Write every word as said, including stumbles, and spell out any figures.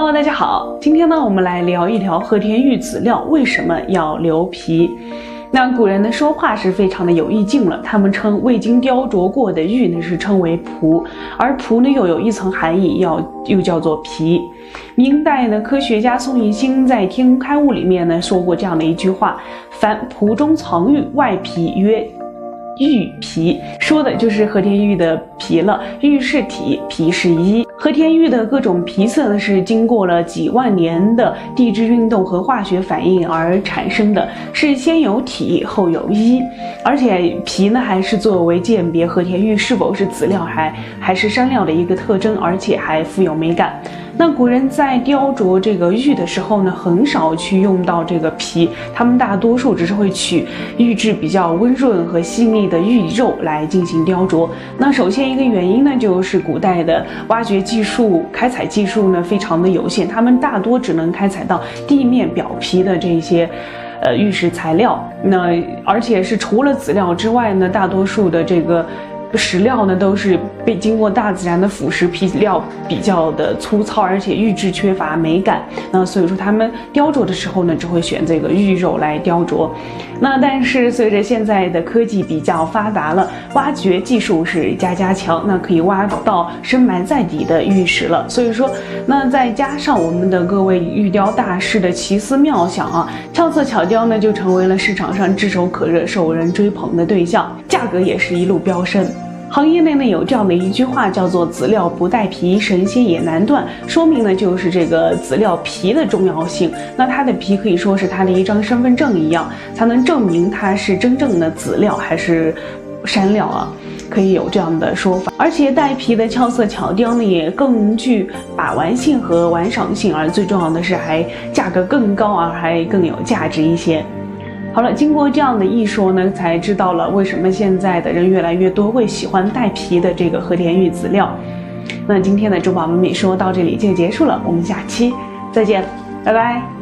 Hello， 大家好，今天呢，我们来聊一聊和田玉籽料为什么要留皮。那古人的说话是非常的有意境了，他们称未经雕琢过的玉呢是称为璞，而璞呢又有一层含义，要又叫做皮。明代的科学家宋逸星在《天工开物》里面呢说过这样的一句话：凡璞中藏玉，外皮曰玉皮，说的就是和田玉的皮了。玉是体，皮是衣。和田玉的各种皮色呢，是经过了几万年的地质运动和化学反应而产生的，是先有体后有衣，而且皮呢还是作为鉴别和田玉是否是籽料还还是山料的一个特征，而且还富有美感。那古人在雕琢这个玉的时候呢，很少去用到这个皮，他们大多数只是会取玉质比较温润和细腻的玉肉来进行雕琢。那首先一个原因呢，就是古代的挖掘技术、开采技术呢非常的有限，他们大多只能开采到地面表皮的这些呃玉石材料。那而且是除了籽料之外呢，大多数的这个石料呢都是被经过大自然的腐蚀，皮料比较的粗糙，而且玉质缺乏美感。那所以说他们雕琢的时候呢，只会选这个玉肉来雕琢。那但是随着现在的科技比较发达了，挖掘技术是加加强，那可以挖到深埋在底的玉石了。所以说，那再加上我们的各位玉雕大师的奇思妙想啊，俏色巧雕呢就成为了市场上炙手可热、受人追捧的对象，价格也是一路飙升。行业内呢有这样的一句话，叫做籽料不带皮，神仙也难断，说明呢就是这个籽料皮的重要性。那它的皮可以说是它的一张身份证一样，才能证明它是真正的籽料还是山料啊，可以有这样的说法。而且带皮的俏色巧雕呢也更具把玩性和玩赏性，而最重要的是还价格更高啊，还更有价值一些。好了，经过这样的一说呢，才知道了为什么现在的人越来越多会喜欢带皮的这个和田玉籽料。那今天的珠宝美美说到这里就结束了，我们下期再见，拜拜。